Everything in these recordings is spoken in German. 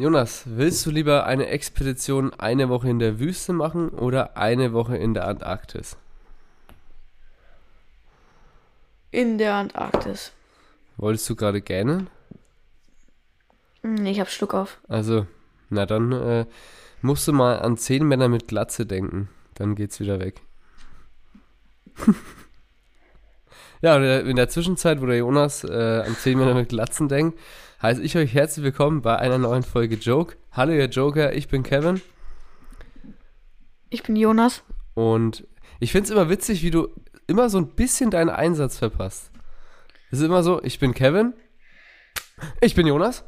Jonas, willst du lieber eine Expedition eine Woche in der Wüste machen oder eine Woche in der Antarktis? In der Antarktis. Wolltest du gerade gähnen? Ich hab Schluck auf. Also, na dann musst du mal an 10 Männer mit Glatze denken. Dann geht's wieder weg. Ja, und in der Zwischenzeit, wo der Jonas an 10 Männer mit Glatzen denkt, heiße ich euch herzlich willkommen bei einer neuen Folge Joke. Hallo ihr Joker, ich bin Kevin. Ich bin Jonas. Und ich find's immer witzig, wie du immer so ein bisschen deinen Einsatz verpasst. Es ist immer so, ich bin Kevin, ich bin Jonas.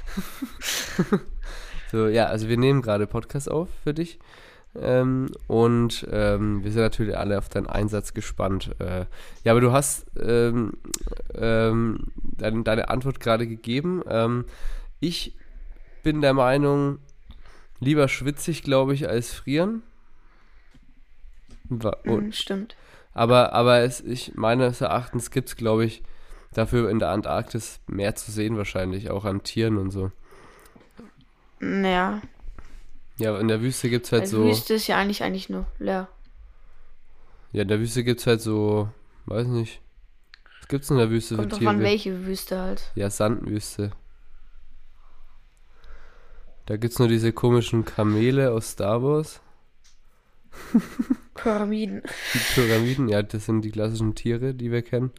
So, ja, also wir nehmen gerade Podcast auf für dich. Wir sind natürlich alle auf deinen Einsatz gespannt. Ja, aber du hast deine Antwort gerade gegeben. Ich bin der Meinung, lieber schwitzig, glaube ich, als frieren. Stimmt. Aber meines Erachtens gibt es, glaube ich, dafür in der Antarktis mehr zu sehen wahrscheinlich, auch an Tieren und so. Naja. Ja, in der Wüste gibt es halt Die so... Wüste ist ja eigentlich nur leer. Ja, in der Wüste gibt es halt so... Weiß nicht. Was gibt's in der Wüste Kommt für drauf Tiere? an, welche Wüste halt. Ja, Sandwüste. Da gibt's nur diese komischen Kamele aus Star Wars. Pyramiden. Die Pyramiden, ja, das sind die klassischen Tiere, die wir kennen.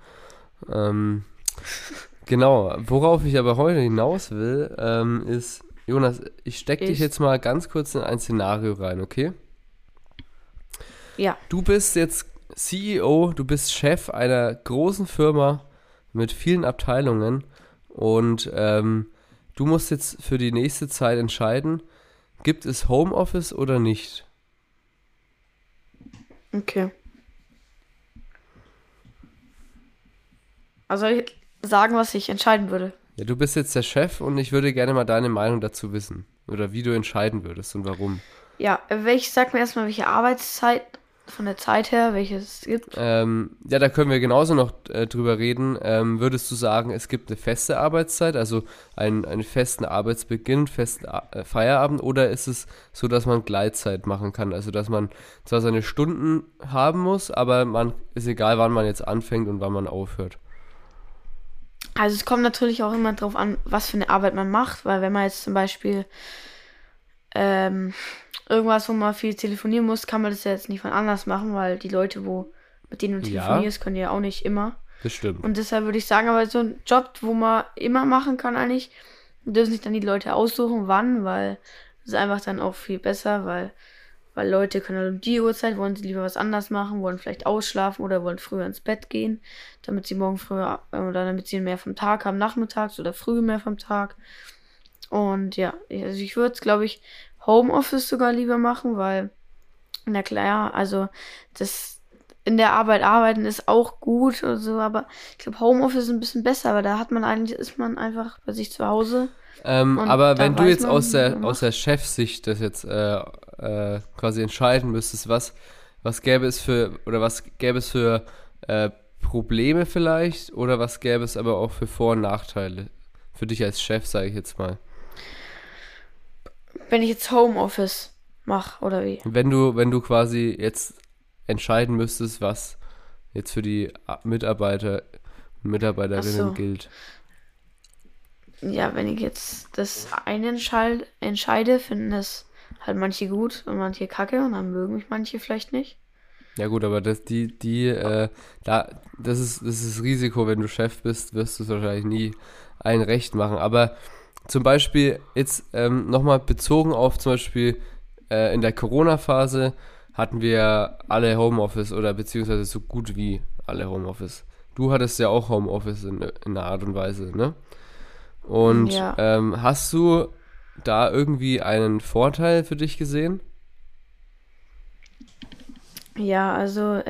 Genau, worauf ich aber heute hinaus will, ist... Jonas, ich stecke dich jetzt mal ganz kurz in ein Szenario rein, okay? Ja. Du bist jetzt CEO, du bist Chef einer großen Firma mit vielen Abteilungen und du musst jetzt für die nächste Zeit entscheiden, gibt es Homeoffice oder nicht? Okay. Also soll ich sagen, was ich entscheiden würde? Ja, du bist jetzt der Chef und ich würde gerne mal deine Meinung dazu wissen. Oder wie du entscheiden würdest und warum. Ja, sag mir erstmal, welche Arbeitszeit von der Zeit her, welche es gibt. Ja, da können wir genauso noch drüber reden. Würdest du sagen, es gibt eine feste Arbeitszeit, also einen festen Arbeitsbeginn, festen Feierabend, oder ist es so, dass man Gleitzeit machen kann? Also, dass man zwar seine Stunden haben muss, aber ist egal, wann man jetzt anfängt und wann man aufhört. Also es kommt natürlich auch immer drauf an, was für eine Arbeit man macht, weil wenn man jetzt zum Beispiel irgendwas, wo man viel telefonieren muss, kann man das ja jetzt nicht von anders machen, weil die Leute, mit denen du telefonierst, können ja auch nicht immer. Das stimmt. Und deshalb würde ich sagen, aber so ein Job, wo man immer machen kann eigentlich, dürfen sich dann die Leute aussuchen, wann, weil das ist einfach dann auch viel besser, weil Leute können halt um die Uhrzeit, wollen sie lieber was anders machen, wollen vielleicht ausschlafen oder wollen früher ins Bett gehen, damit sie morgen früher oder damit sie mehr vom Tag haben, nachmittags oder früh mehr vom Tag. Und ja, also ich würde es, glaube ich, Homeoffice sogar lieber machen, weil, na klar, also das in der Arbeit arbeiten ist auch gut und so, aber ich glaube, Homeoffice ist ein bisschen besser, weil ist man einfach bei sich zu Hause. Aber wenn du jetzt aus der Chefsicht das jetzt quasi entscheiden müsstest, was gäbe es für Probleme vielleicht oder was gäbe es aber auch für Vor- und Nachteile für dich als Chef, sage ich jetzt mal. Wenn ich jetzt Homeoffice mache, oder wie? Wenn du quasi jetzt entscheiden müsstest, was jetzt für die Mitarbeiter und Mitarbeiterinnen gilt. Ja, wenn ich jetzt das eine entscheide, finden das halt manche gut und manche kacke und dann mögen mich manche vielleicht nicht. Ja gut, aber das ist das Risiko, wenn du Chef bist, wirst du es wahrscheinlich nie allen recht machen. Aber zum Beispiel jetzt nochmal bezogen auf zum Beispiel in der Corona-Phase hatten wir alle Homeoffice oder beziehungsweise so gut wie alle Homeoffice. Du hattest ja auch Homeoffice in einer Art und Weise, ne? Und ja. Hast du da irgendwie einen Vorteil für dich gesehen? Ja, also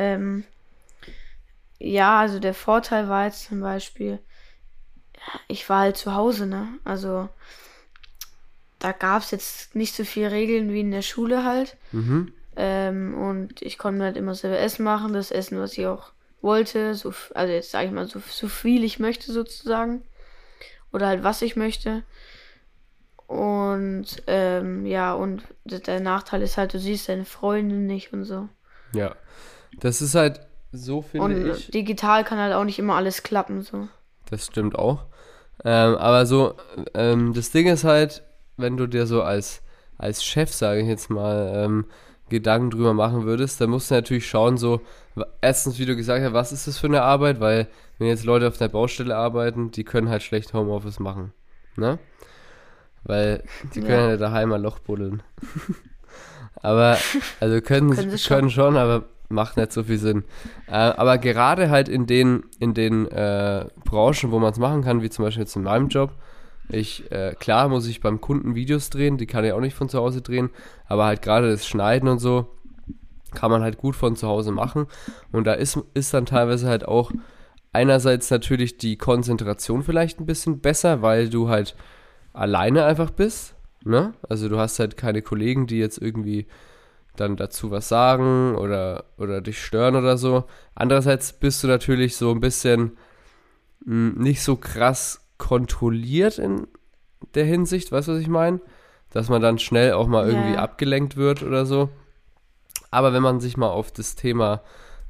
der Vorteil war jetzt zum Beispiel, ich war halt zu Hause, ne? Also da gab es jetzt nicht so viele Regeln wie in der Schule halt. Mhm. Und ich konnte halt immer selber Essen machen, das Essen, was ich auch wollte, also jetzt sage ich mal so viel ich möchte sozusagen. Oder halt was ich möchte. Und ja, und der Nachteil ist halt, du siehst deine Freunde nicht und so. Ja. Das ist halt so, finde Und ich. digital kann halt auch nicht immer alles klappen, so. Das stimmt auch. Aber so, das Ding ist halt, wenn du dir so als Chef, sage ich jetzt mal, Gedanken drüber machen würdest, dann musst du natürlich schauen, so, erstens, wie du gesagt hast, was ist das für eine Arbeit, weil wenn jetzt Leute auf der Baustelle arbeiten, die können halt schlecht Homeoffice machen, ne? Weil die können ja daheim ein Loch buddeln. Aber, also können Können sie können schon, aber macht nicht so viel Sinn. Aber gerade halt in den Branchen, wo man es machen kann, wie zum Beispiel jetzt in meinem Job, klar muss ich beim Kunden Videos drehen, die kann ich auch nicht von zu Hause drehen, aber halt gerade das Schneiden und so kann man halt gut von zu Hause machen. Und da ist dann teilweise halt auch einerseits natürlich die Konzentration vielleicht ein bisschen besser, weil du halt alleine einfach bist, ne? Also du hast halt keine Kollegen, die jetzt irgendwie dann dazu was sagen oder dich stören oder so. Andererseits bist du natürlich so ein bisschen nicht so krass kontrolliert in der Hinsicht, weißt du, was ich meine? Dass man dann schnell auch mal irgendwie abgelenkt wird oder so. Aber wenn man sich mal auf das Thema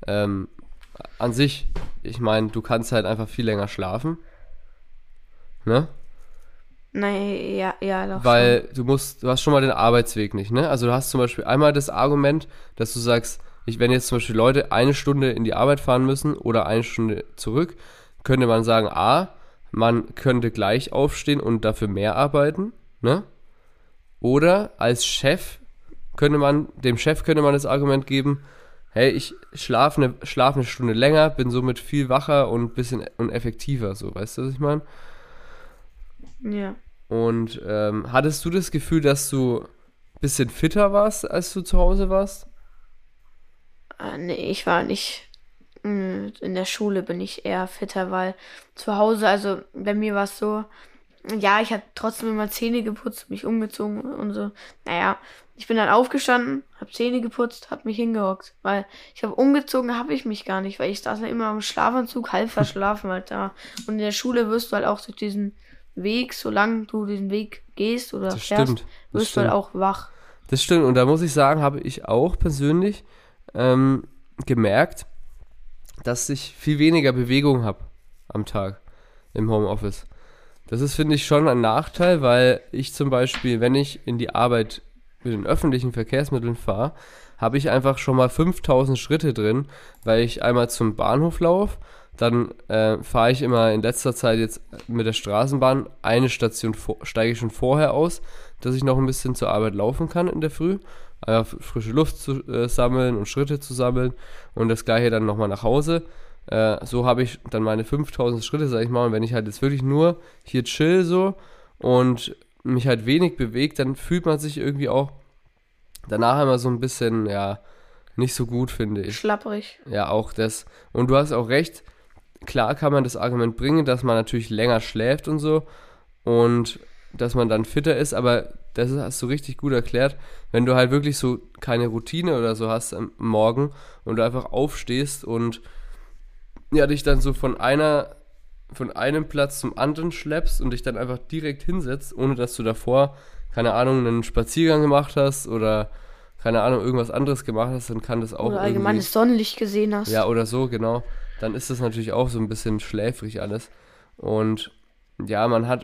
an sich, ich meine, du kannst halt einfach viel länger schlafen, ne? Nein, ja, doch Weil du hast schon mal den Arbeitsweg nicht, ne? Also du hast zum Beispiel einmal das Argument, dass du sagst, wenn jetzt zum Beispiel Leute 1 Stunde in die Arbeit fahren müssen oder 1 Stunde zurück, könnte man sagen, man könnte gleich aufstehen und dafür mehr arbeiten, ne? Oder als Chef dem Chef könnte man das Argument geben, hey, ich schlafe eine Stunde länger, bin somit viel wacher und ein bisschen effektiver, so, weißt du, was ich meine? schon. Ja. Und hattest du das Gefühl, dass du ein bisschen fitter warst, als du zu Hause warst? Nee, ich war nicht. In der Schule bin ich eher fitter, weil zu Hause, also bei mir war es so, ja, ich habe trotzdem immer Zähne geputzt, mich umgezogen und so. Naja, ich bin dann aufgestanden, habe Zähne geputzt, habe mich hingehockt, weil ich habe umgezogen, habe ich mich gar nicht, weil ich saß dann immer im Schlafanzug, halb verschlafen halt da. Und in der Schule wirst du halt auch durch diesen Weg, solange du diesen Weg gehst oder Das fährst, stimmt. Das wirst du halt stimmt. auch wach. Das stimmt. Und da muss ich sagen, habe ich auch persönlich gemerkt, dass ich viel weniger Bewegung habe am Tag im Homeoffice. Das ist, finde ich, schon ein Nachteil, weil ich zum Beispiel, wenn ich in die Arbeit mit den öffentlichen Verkehrsmitteln fahre, habe ich einfach schon mal 5000 Schritte drin, weil ich einmal zum Bahnhof laufe, dann fahre ich immer in letzter Zeit jetzt mit der Straßenbahn eine Station, steige ich schon vorher aus, dass ich noch ein bisschen zur Arbeit laufen kann in der Früh, einfach frische Luft zu sammeln und Schritte zu sammeln und das gleiche dann nochmal nach Hause. So habe ich dann meine 5000 Schritte, sag ich mal, und wenn ich halt jetzt wirklich nur hier chill so und mich halt wenig bewegt, dann fühlt man sich irgendwie auch danach immer so ein bisschen, ja, nicht so gut, finde ich. Schlapprig. Ja, auch das. Und du hast auch recht, klar kann man das Argument bringen, dass man natürlich länger schläft und so und dass man dann fitter ist, aber das hast du richtig gut erklärt, wenn du halt wirklich so keine Routine oder so hast am Morgen und du einfach aufstehst und ja, dich dann so von einem Platz zum anderen schleppst und dich dann einfach direkt hinsetzt, ohne dass du davor, keine Ahnung, einen Spaziergang gemacht hast oder, keine Ahnung, irgendwas anderes gemacht hast, dann kann das auch Oder allgemeines Sonnenlicht gesehen hast. ja, oder so, genau. Dann ist das natürlich auch so ein bisschen schläfrig alles. Und ja, man hat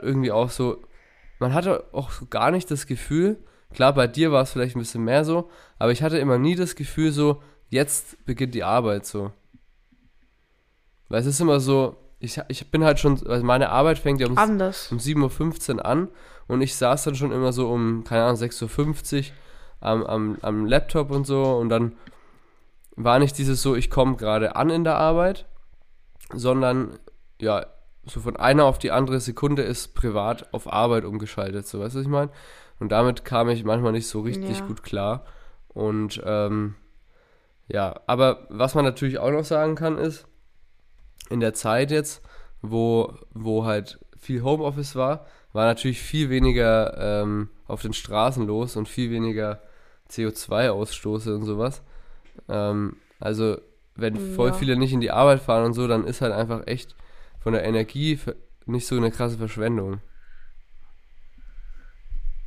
auch so gar nicht das Gefühl, klar, bei dir war es vielleicht ein bisschen mehr so, aber ich hatte immer nie das Gefühl so, jetzt beginnt die Arbeit so. Weil es ist immer so, ich bin halt schon, also meine Arbeit fängt ja Anders. um 7:15 Uhr an und ich saß dann schon immer so um, keine Ahnung, 6:50 Uhr am Laptop und so und dann war nicht dieses so, ich komme gerade an in der Arbeit, sondern ja, so von einer auf die andere Sekunde ist privat auf Arbeit umgeschaltet, so, weißt du, was ich meine? Und damit kam ich manchmal nicht so richtig Ja. gut klar und ja, aber was man natürlich auch noch sagen kann ist, in der Zeit jetzt, wo halt viel Homeoffice war natürlich viel weniger auf den Straßen los und viel weniger CO2-Ausstoße und sowas. Also, wenn voll Ja. viele nicht in die Arbeit fahren und so, dann ist halt einfach echt von der Energie nicht so eine krasse Verschwendung.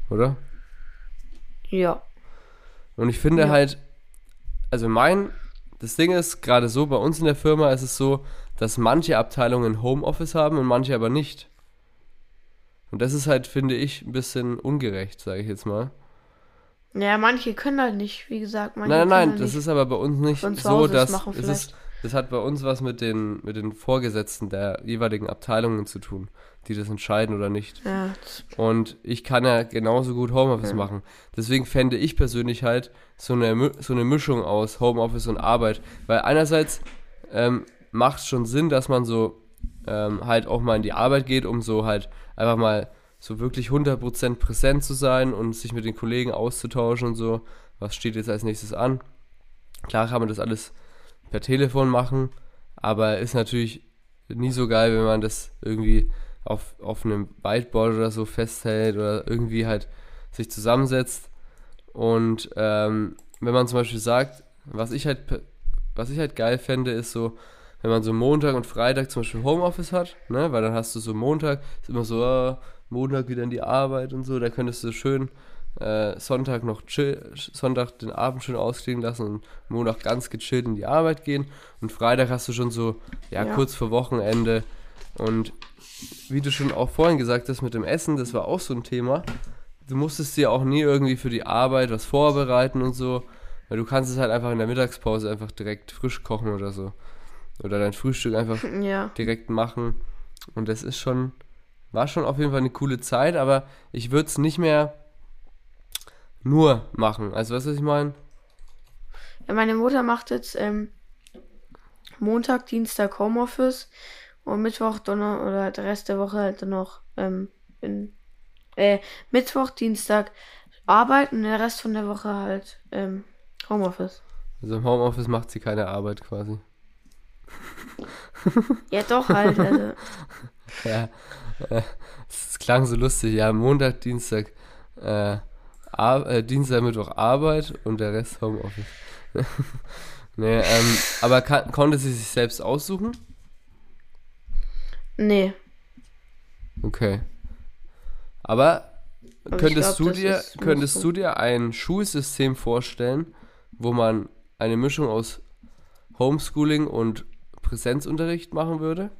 oder? Ja. Und ich finde Ja. halt, also das Ding ist, gerade so bei uns in der Firma ist es so, dass manche Abteilungen Homeoffice haben und manche aber nicht. Und das ist halt, finde ich, ein bisschen ungerecht, sage ich jetzt mal. Ja, manche können halt nicht, wie gesagt, manche Nein, können nein, halt das nicht ist aber bei uns nicht von zu so, Hause das dass machen vielleicht. das hat bei uns was mit den Vorgesetzten der jeweiligen Abteilungen zu tun, die das entscheiden oder nicht. Ja, Und ich kann ja genauso gut Homeoffice machen. Deswegen fände ich persönlich halt so eine Mischung aus Homeoffice und Arbeit. Weil einerseits macht es schon Sinn, dass man so halt auch mal in die Arbeit geht, um so halt einfach mal so wirklich 100% präsent zu sein und sich mit den Kollegen auszutauschen und so. Was steht jetzt als nächstes an? Klar kann man das alles per Telefon machen, aber ist natürlich nie so geil, wenn man das irgendwie auf einem Whiteboard oder so festhält oder irgendwie halt sich zusammensetzt. Und wenn man zum Beispiel sagt, was ich halt geil fände, ist so, wenn man so Montag und Freitag zum Beispiel Homeoffice hat, ne, weil dann hast du so Montag, ist immer so, Montag wieder in die Arbeit und so, da könntest du schön Sonntag Sonntag den Abend schön ausklingen lassen und Montag ganz gechillt in die Arbeit gehen und Freitag hast du schon so, ja, kurz vor Wochenende und wie du schon auch vorhin gesagt hast mit dem Essen, das war auch so ein Thema, du musstest dir auch nie irgendwie für die Arbeit was vorbereiten und so, weil du kannst es halt einfach in der Mittagspause einfach direkt frisch kochen oder so oder dein Frühstück einfach ja. direkt machen und das war schon auf jeden Fall eine coole Zeit, aber ich würde es nicht mehr nur machen. Also, weißt du, was ich meine? Ja, meine Mutter macht jetzt Montag, Dienstag Homeoffice und Mittwoch, Donner oder der Rest der Woche halt dann noch Mittwoch, Dienstag arbeiten und der Rest von der Woche halt Homeoffice. Also im Homeoffice macht sie keine Arbeit quasi. Ja, doch halt. Also. Ja, es klang so lustig. Ja, Montag, Dienstag, Dienstag, Mittwoch Arbeit und der Rest Homeoffice. Nee, aber konnte sie sich selbst aussuchen? Nee. Okay. Aber Aber könntest ich glaub, das ist du dir ein Schulsystem vorstellen, wo man eine Mischung aus Homeschooling und Präsenzunterricht machen würde?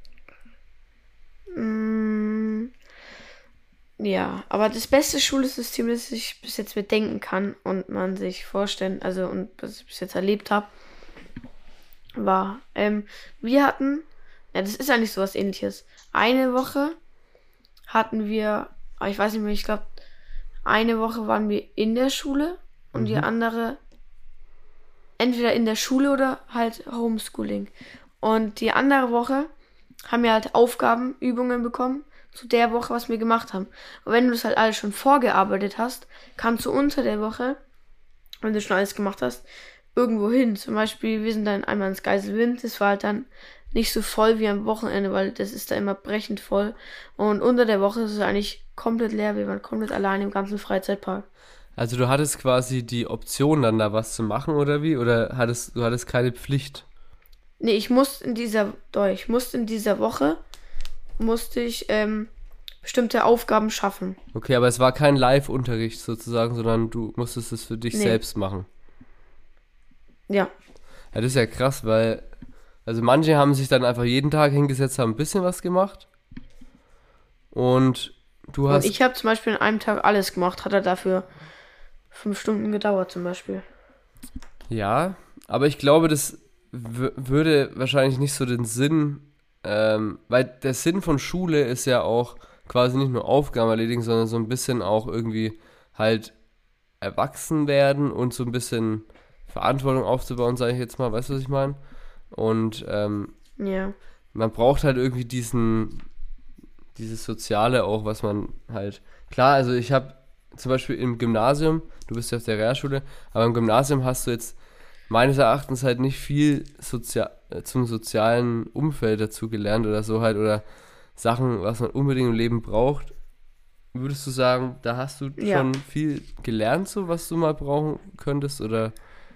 Ja, aber das beste Schulsystem, das ich bis jetzt bedenken kann und man sich vorstellen, also und was ich bis jetzt erlebt habe, war, wir hatten, ja, das ist eigentlich sowas ähnliches. Eine Woche hatten wir, ich weiß nicht mehr, ich glaube, eine Woche waren wir in der Schule und die andere entweder in der Schule oder halt Homeschooling. Und die andere Woche haben wir halt Aufgaben, Übungen bekommen zu der Woche, was wir gemacht haben. Und wenn du das halt alles schon vorgearbeitet hast, kannst du unter der Woche, wenn du schon alles gemacht hast, irgendwo hin. Zum Beispiel, wir sind dann einmal ins Geiselwind, das war halt dann nicht so voll wie am Wochenende, weil das ist da immer brechend voll. Und unter der Woche ist es eigentlich komplett leer, wir waren komplett allein im ganzen Freizeitpark. Also du hattest quasi die Option dann da was zu machen oder wie? Oder du hattest keine Pflicht? Nee, ich musste in dieser Woche bestimmte Aufgaben schaffen. Okay, aber es war kein Live-Unterricht sozusagen, sondern du musstest es für dich Nee. selbst machen. Ja. Ja, das ist ja krass, weil, also manche haben sich dann einfach jeden Tag hingesetzt, haben ein bisschen was gemacht. Und du Und hast, ich habe zum Beispiel an einem Tag alles gemacht, hat er dafür 5 Stunden gedauert zum Beispiel. ja, aber ich glaube, das würde wahrscheinlich nicht so den Sinn, weil der Sinn von Schule ist ja auch quasi nicht nur Aufgaben erledigen, sondern so ein bisschen auch irgendwie halt erwachsen werden und so ein bisschen Verantwortung aufzubauen, sage ich jetzt mal, weißt du, was ich meine? Und Ja. man braucht halt irgendwie dieses Soziale auch, was man halt, klar, also ich habe zum Beispiel im Gymnasium, du bist ja auf der Realschule, aber im Gymnasium hast du jetzt meines Erachtens halt nicht viel zum sozialen Umfeld dazu gelernt oder so halt, oder Sachen, was man unbedingt im Leben braucht. Würdest du sagen, da hast du Ja. schon viel gelernt, so was du mal brauchen könntest, oder?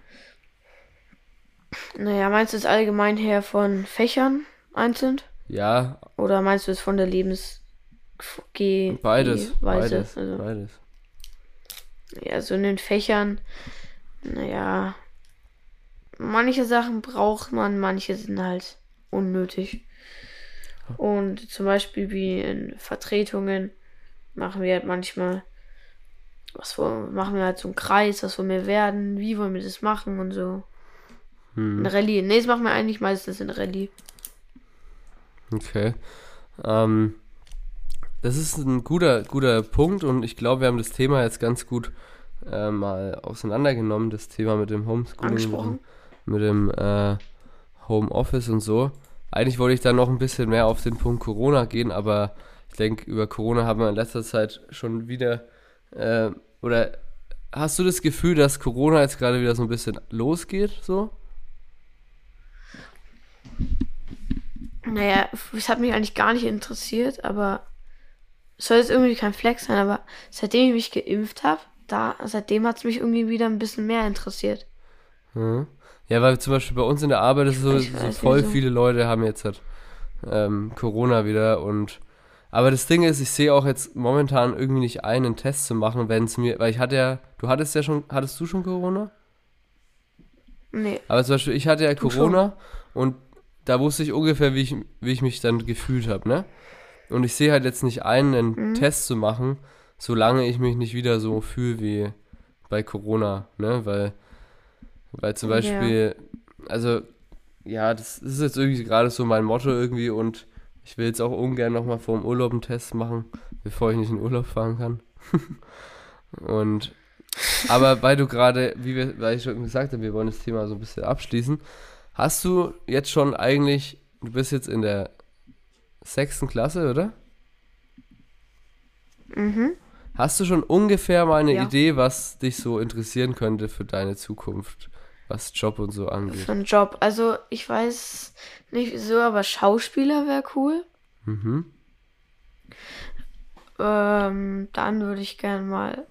Naja, meinst du es allgemein her von Fächern einzeln? Ja, Oder meinst du es von der beides, Weise? beides, Also, beides. Ja, so in den Fächern, naja, manche Sachen braucht man, manche sind halt unnötig. Und zum Beispiel wie in Vertretungen machen wir halt manchmal, machen wir halt so einen Kreis, was wollen wir werden, wie wollen wir das machen und so. Eine Rallye. Nee, das machen wir eigentlich meistens in Rallye. Okay. Das ist ein guter Punkt und ich glaube, wir haben das Thema jetzt ganz gut mal auseinandergenommen, das Thema mit dem Homeschooling, Angesprochen. mit dem Homeoffice und so. Eigentlich wollte ich da noch ein bisschen mehr auf den Punkt Corona gehen, aber ich denke, über Corona haben wir in letzter Zeit schon wieder, oder hast du das Gefühl, dass Corona jetzt gerade wieder so ein bisschen losgeht, so? Naja, es hat mich eigentlich gar nicht interessiert, aber es soll jetzt irgendwie kein Flex sein, aber seitdem ich mich geimpft habe, seitdem hat es mich irgendwie wieder ein bisschen mehr interessiert. Mhm. Ja, weil zum Beispiel bei uns in der Arbeit ist so voll viele Leute haben jetzt halt Corona wieder aber das Ding ist, ich sehe auch jetzt momentan irgendwie nicht einen Test zu machen, wenn es mir, weil hattest du schon Corona? Nee. Aber zum Beispiel, ich hatte ja Du Corona und da wusste ich ungefähr, wie ich mich dann gefühlt habe, ne? Und ich sehe halt jetzt nicht einen Test zu machen, solange ich mich nicht wieder so fühle wie bei Corona, ne? Weil zum Beispiel, also, ja, das ist jetzt irgendwie gerade so mein Motto irgendwie und ich will jetzt auch ungern nochmal vor dem Urlaub einen Test machen, bevor ich nicht in Urlaub fahren kann. Aber weil du gerade, weil ich schon gesagt habe, wir wollen das Thema so ein bisschen abschließen, hast du jetzt schon eigentlich, du bist jetzt in der 6. Klasse, oder? Mhm. Hast du schon ungefähr mal eine Ja. Idee, was dich so interessieren könnte für deine Zukunft, was Job und so angeht? Für einen Job. Also, ich weiß nicht wieso, aber Schauspieler wäre cool. Mhm. Dann würde ich gerne mal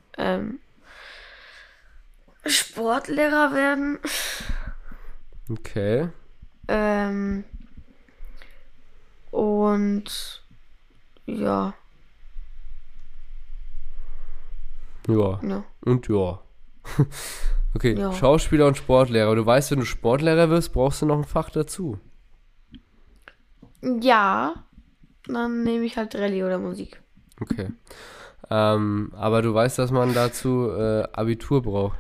Sportlehrer werden. Okay. Und ja. Ja. Ja. Und ja. Okay, Ja. Schauspieler und Sportlehrer. Du weißt, wenn du Sportlehrer wirst, brauchst du noch ein Fach dazu. Ja, dann nehme ich halt Rallye oder Musik. Okay. Aber du weißt, dass man dazu Abitur braucht.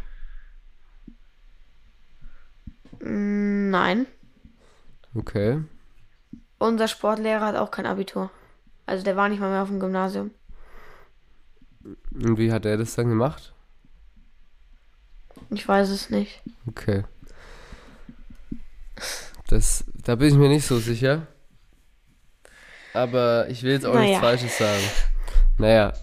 Nein. Okay. Unser Sportlehrer hat auch kein Abitur. Also der war nicht mal mehr auf dem Gymnasium. Und wie hat er das dann gemacht? Ich weiß es nicht. Okay. Da bin ich mir nicht so sicher. Aber ich will jetzt auch nichts Falsches sagen. Naja,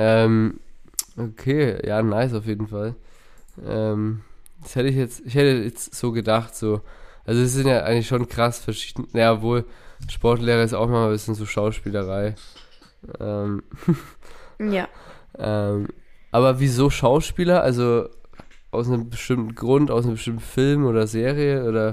okay, ja, nice auf jeden Fall. Ich hätte jetzt so gedacht, so, also es sind ja eigentlich schon krass verschiedene, ja, wohl, Sportlehrer ist auch mal ein bisschen so Schauspielerei. Ja. Aber wieso Schauspieler? Also aus einem bestimmten Grund, aus einem bestimmten Film oder Serie oder?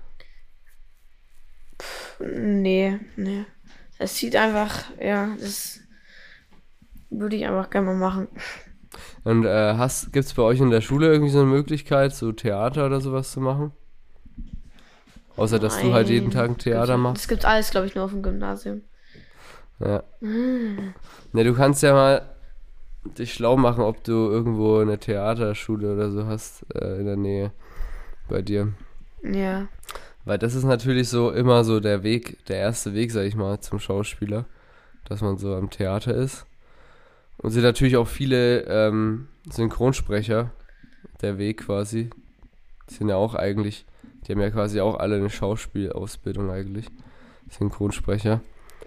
Nee. Es sieht einfach, ja, das würde ich einfach gerne mal machen. Und gibt es bei euch in der Schule irgendwie so eine Möglichkeit, so Theater oder sowas zu machen? Außer, dass du halt jeden Tag ein Theater machst. Das gibt's alles, glaube ich, nur auf dem Gymnasium. Ja. Ne, du kannst ja mal dich schlau machen, ob du irgendwo eine Theaterschule oder so hast in der Nähe bei dir. Ja. Weil das ist natürlich so immer so der erste Weg, sag ich mal, zum Schauspieler, dass man so am Theater ist. Und sind natürlich auch viele Synchronsprecher der Weg quasi. Die sind ja auch eigentlich, die haben ja quasi auch alle eine Schauspielausbildung eigentlich. Synchronsprecher.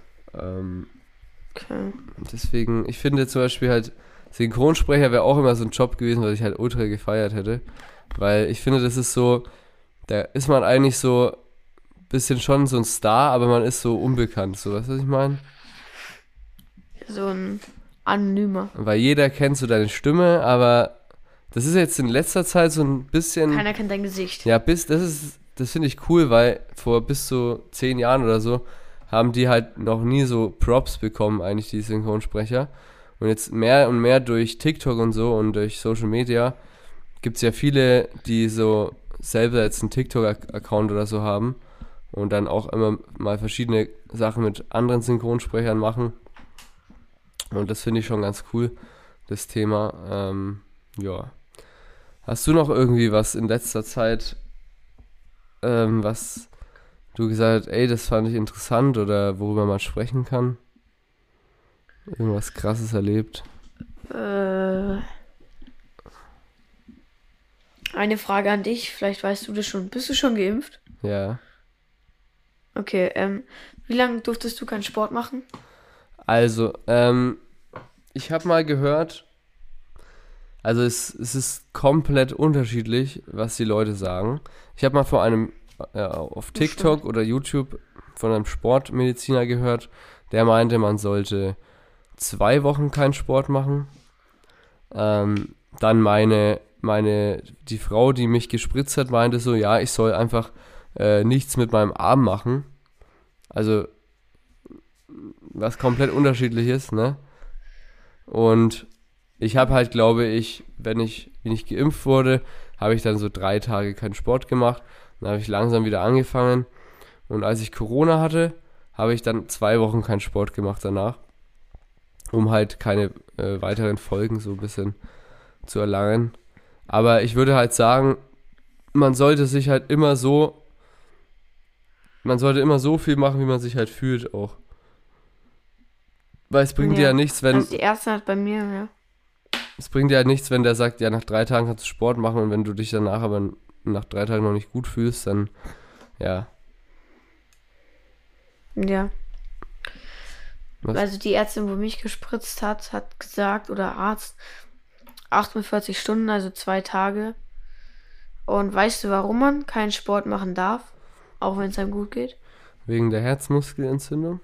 Okay. Deswegen, ich finde zum Beispiel halt, Synchronsprecher wäre auch immer so ein Job gewesen, was ich halt ultra gefeiert hätte. Weil ich finde, das ist so, da ist man eigentlich so ein bisschen schon so ein Star, aber man ist so unbekannt. So, weißt du, was ich meine? So ein Anonymer. Weil jeder kennt so deine Stimme, aber das ist jetzt in letzter Zeit so ein bisschen... Keiner kennt dein Gesicht. Ja, das finde ich cool, weil vor bis zu 10 Jahren oder so haben die halt noch nie so Props bekommen, eigentlich die Synchronsprecher. Und jetzt mehr und mehr durch TikTok und so und durch Social Media gibt es ja viele, die so selber jetzt einen TikTok-Account oder so haben und dann auch immer mal verschiedene Sachen mit anderen Synchronsprechern machen. Und das finde ich schon ganz cool, das Thema. Ja. Hast du noch irgendwie was in letzter Zeit, was du gesagt hast, ey, das fand ich interessant oder worüber man sprechen kann? Irgendwas Krasses erlebt? Eine Frage an dich, vielleicht weißt du das schon. Bist du schon geimpft? Ja. Okay, wie lange durftest du keinen Sport machen? Also, ich habe mal gehört, also es ist komplett unterschiedlich, was die Leute sagen. Ich habe mal auf TikTok oder YouTube von einem Sportmediziner gehört, der meinte, man sollte 2 Wochen keinen Sport machen. Dann die Frau, die mich gespritzt hat, meinte so, ja, ich soll einfach nichts mit meinem Arm machen. Also, was komplett unterschiedlich ist, ne? Und ich habe halt, glaube ich, wenn ich geimpft wurde, habe ich dann so 3 Tage keinen Sport gemacht. Dann habe ich langsam wieder angefangen. Und als ich Corona hatte, habe ich dann 2 Wochen keinen Sport gemacht danach, um halt keine weiteren Folgen so ein bisschen zu erlangen. Aber ich würde halt sagen, man sollte immer so viel machen, wie man sich halt fühlt auch. Weil es bringt dir ja nichts, wenn... Also die erste hat bei mir, ja. Es bringt dir halt nichts, wenn der sagt, ja, nach 3 Tagen kannst du Sport machen und wenn du dich danach aber nach 3 Tagen noch nicht gut fühlst, dann, ja. Ja. Was? Also die Ärztin, wo mich gespritzt hat, hat gesagt, oder Arzt, 48 Stunden, also 2 Tage. Und weißt du, warum man keinen Sport machen darf? Auch wenn es einem gut geht? Wegen der Herzmuskelentzündung?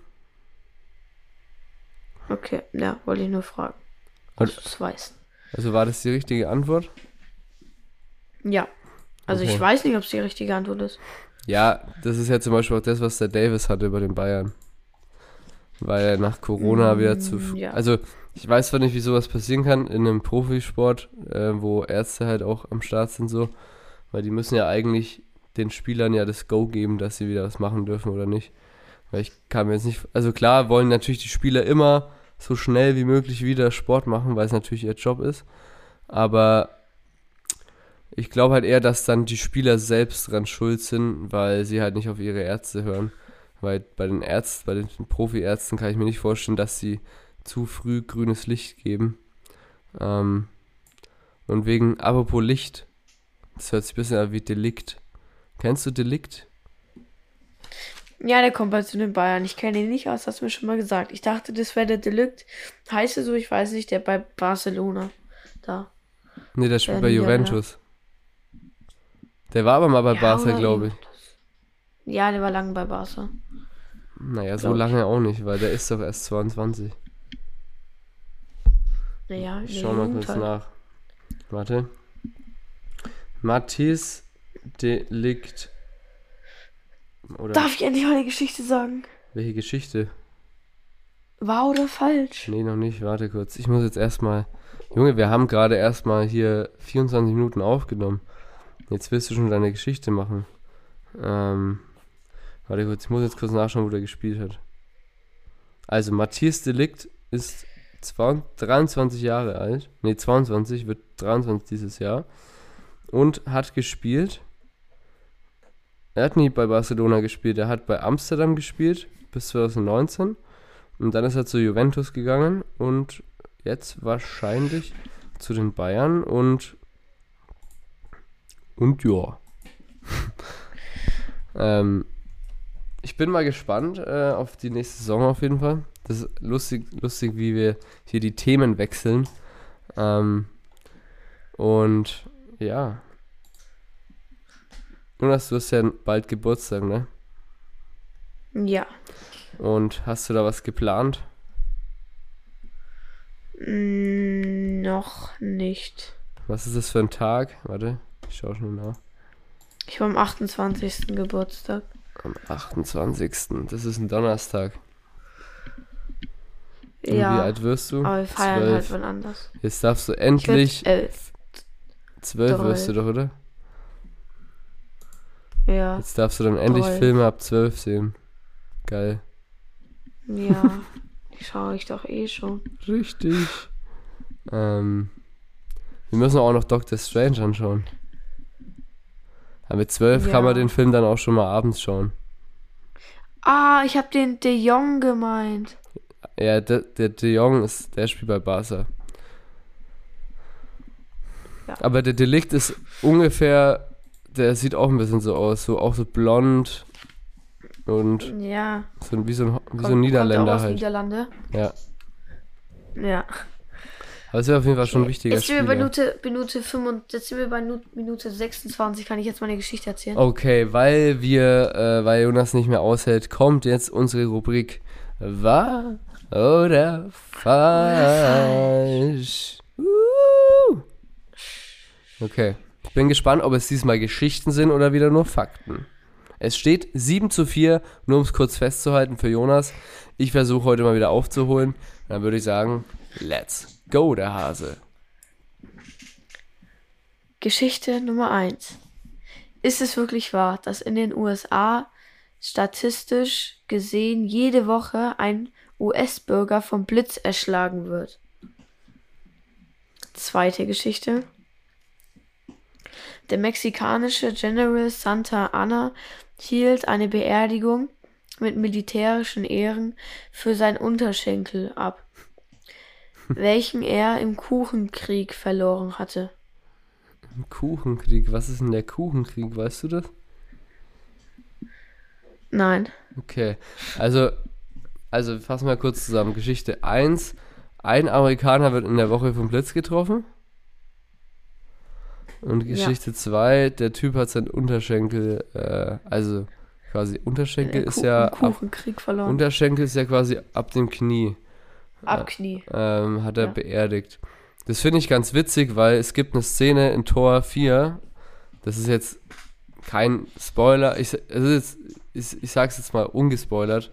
Okay, ja, wollte ich nur fragen, ob du es weißt. Also war das die richtige Antwort? Ja. Also Okay. ich weiß nicht, ob es die richtige Antwort ist. Ja, das ist ja zum Beispiel auch das, was der Davis hatte bei den Bayern. Weil er nach Corona wieder zu... Ja. Also ich weiß zwar nicht, wie sowas passieren kann in einem Profisport, wo Ärzte halt auch am Start sind so, weil die müssen ja eigentlich den Spielern ja das Go geben, dass sie wieder was machen dürfen oder nicht. Weil ich kann mir jetzt nicht... Also klar wollen natürlich die Spieler immer so schnell wie möglich wieder Sport machen, weil es natürlich ihr Job ist. Aber ich glaube halt eher, dass dann die Spieler selbst dran schuld sind, weil sie halt nicht auf ihre Ärzte hören. Weil bei den Profiärzten kann ich mir nicht vorstellen, dass sie zu früh grünes Licht geben. Und apropos Licht, das hört sich ein bisschen an wie Delikt. Kennst du Delikt? Ja, der kommt bald zu den Bayern. Ich kenne ihn nicht aus, hast du mir schon mal gesagt. Ich dachte, das wäre der Delikt. Heißt er so, ich weiß nicht, der bei Barcelona da. Nee, der spielt bei Juventus. Der war aber mal bei Barca, glaube ich. Ja, der war lange bei Barca. Naja, so lange auch nicht, weil der ist doch erst 22. Naja, ich schau mal kurz nach. Warte. Mathis Delikt. Oder darf ich endlich mal eine Geschichte sagen? welche Geschichte? Wahr oder falsch? Nee, noch nicht. Warte kurz. Ich muss jetzt erstmal... Junge, wir haben gerade erstmal hier 24 Minuten aufgenommen. Jetzt willst du schon deine Geschichte machen. Warte kurz. Ich muss jetzt kurz nachschauen, wo der gespielt hat. Also, Matthias Delikt ist 23 Jahre alt. Nee, 22, wird 23 dieses Jahr. Und hat gespielt... Er hat nie bei Barcelona gespielt, er hat bei Amsterdam gespielt bis 2019 und dann ist er zu Juventus gegangen und jetzt wahrscheinlich zu den Bayern und ja. Ich bin mal gespannt auf die nächste Saison auf jeden Fall. Das ist lustig, wie wir hier die Themen wechseln. Und ja. Jonas, du hast ja bald Geburtstag, ne? Ja. Und hast du da was geplant? Noch nicht. Was ist das für ein Tag? Warte, ich schau schnell nach. Ich war am 28. Geburtstag. Am 28. Das ist ein Donnerstag. Und Ja. wie alt wirst du? Aber wir feiern 12. halt wann anders. Jetzt darfst du Ich endlich... werd 11. 12 wirst du doch, oder? Ja. Jetzt darfst du dann endlich 12. Filme ab 12 sehen. Geil. Ja. Die schaue ich doch eh schon. Richtig. Wir müssen auch noch Doctor Strange anschauen. Aber mit 12 kann man Ja. den Film dann auch schon mal abends schauen. Ah, ich habe den De Jong gemeint. Ja, der De Jong der spielt bei Barca. Ja. Aber der Delikt ist ungefähr, der sieht auch ein bisschen so aus, auch so blond und Ja. wie so ein Kommt auch Niederländer aus halt. Niederlande. Ja. Ja. Aber es ist auf jeden Fall schon ein wichtiger Jetzt sind wir bei Spieler. jetzt sind wir bei Minute 26. Kann ich jetzt meine Geschichte erzählen? Okay, weil Jonas nicht mehr aushält, kommt jetzt unsere Rubrik Wahr oder falsch. Okay, ich bin gespannt, ob es diesmal Geschichten sind oder wieder nur Fakten. Es steht 7:4, nur um es kurz festzuhalten für Jonas. Ich versuche heute mal wieder aufzuholen. Dann würde ich sagen, let's go, der Hase. Geschichte Nummer 1. Ist es wirklich wahr, dass in den USA statistisch gesehen jede Woche ein US-Bürger vom Blitz erschlagen wird? Zweite Geschichte. Der mexikanische General Santa Anna hielt eine Beerdigung mit militärischen Ehren für seinen Unterschenkel ab, welchen er im Kuchenkrieg verloren hatte. Kuchenkrieg, was ist denn der Kuchenkrieg, weißt du das? Nein. Okay, also fassen wir kurz zusammen. Geschichte 1, ein Amerikaner wird in der Woche vom Blitz getroffen. Und Geschichte 2, der Typ hat seinen Unterschenkel, also quasi Unterschenkel ist ja Kuchenkrieg verloren. Unterschenkel ist ja quasi ab dem Knie. Ab Knie. Hat er Ja. beerdigt. Das finde ich ganz witzig, weil es gibt eine Szene in Tor 4, das ist jetzt kein Spoiler, ich sag's jetzt mal ungespoilert.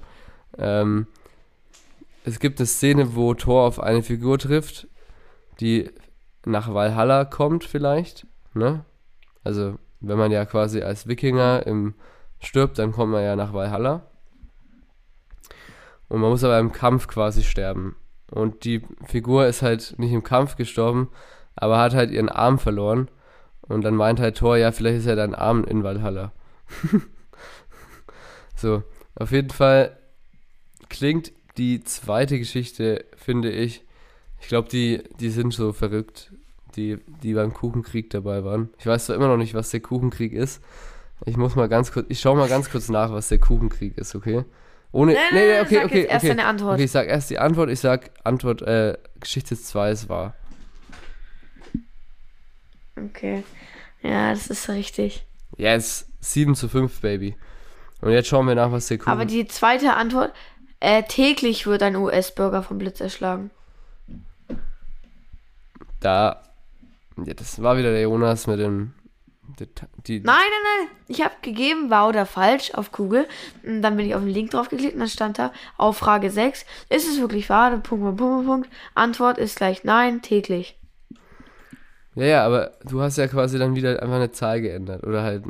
Es gibt eine Szene, wo Thor auf eine Figur trifft, die nach Valhalla kommt vielleicht, ne? Also, wenn man ja quasi als Wikinger stirbt, dann kommt man ja nach Valhalla. Und man muss aber im Kampf quasi sterben. Und die Figur ist halt nicht im Kampf gestorben, aber hat halt ihren Arm verloren. Und dann meint halt Thor, ja, vielleicht ist ja dein Arm in Valhalla. So, auf jeden Fall klingt die zweite Geschichte, finde ich glaube, die sind so verrückt, die beim Kuchenkrieg dabei waren. Ich weiß zwar immer noch nicht, was der Kuchenkrieg ist. Ich schau mal ganz kurz nach, was der Kuchenkrieg ist, okay? Sag jetzt erst deine Antwort. Okay, ich sag erst die Antwort. Geschichte 2 ist wahr. Okay. Ja, das ist richtig. Yes, 7:5, Baby. Und jetzt schauen wir nach, was der Kuchen... Aber die zweite Antwort, täglich wird ein US-Bürger vom Blitz erschlagen. Ja, das war wieder der Jonas mit dem... Nein. Ich habe gegeben, wahr oder falsch auf Google. Und dann bin ich auf den Link draufgeklickt und dann stand da auf Frage 6. Ist es wirklich wahr? Punkt. Antwort ist gleich nein, täglich. Ja, aber du hast ja quasi dann wieder einfach eine Zahl geändert. Oder halt...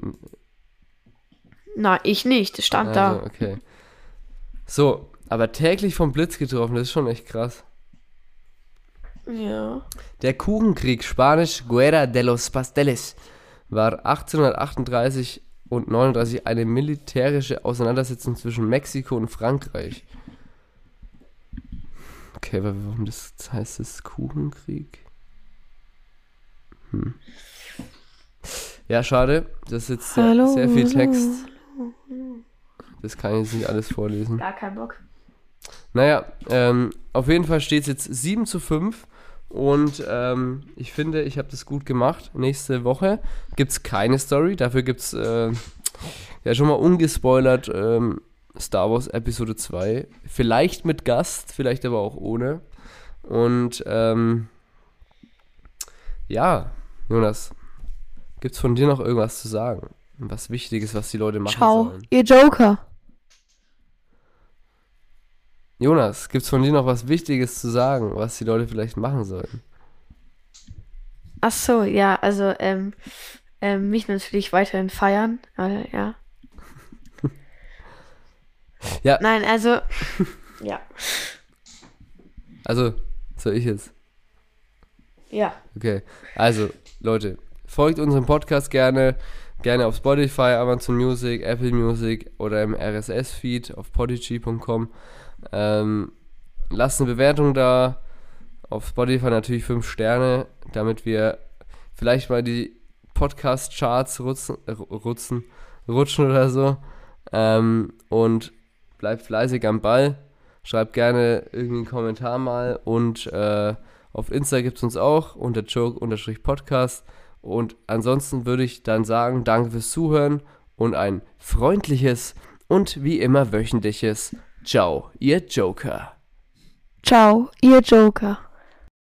Nein, ich nicht. Das stand da. Okay. So, aber täglich vom Blitz getroffen, das ist schon echt krass. Ja. Der Kuchenkrieg, Spanisch Guerra de los Pasteles, war 1838 und 39 eine militärische Auseinandersetzung zwischen Mexiko und Frankreich. Okay, warum das heißt es Kuchenkrieg? Ja, schade. Das ist jetzt sehr viel Text. Das kann ich jetzt nicht alles vorlesen. Gar kein Bock. Naja, auf jeden Fall steht es jetzt 7:5 und ich finde, ich habe das gut gemacht. Nächste Woche gibt es keine Story, dafür gibt es ja schon mal ungespoilert Star Wars Episode 2. Vielleicht mit Gast, vielleicht aber auch ohne. Und ja, Jonas, gibt's von dir noch irgendwas zu sagen? Was Wichtiges, was die Leute machen sollen? Ihr Joker. Jonas, gibt's von dir noch was Wichtiges zu sagen, was die Leute vielleicht machen sollten? Ach so, ja, also, mich natürlich weiterhin feiern, ja. Ja. Nein, also, ja. Also, soll ich jetzt? Ja. Okay, also, Leute, folgt unserem Podcast gerne auf Spotify, Amazon Music, Apple Music oder im RSS-Feed auf podigy.com. Lasst eine Bewertung da. Auf Spotify natürlich 5 Sterne, damit wir vielleicht mal die Podcast-Charts rutschen oder so. Und bleibt fleißig am Ball. Schreibt gerne irgendwie einen Kommentar mal. Und auf Insta gibt es uns auch unter joke_podcast. Und ansonsten würde ich dann sagen, danke fürs Zuhören und ein freundliches und wie immer wöchentliches Ciao, ihr Joker. Ciao, ihr Joker.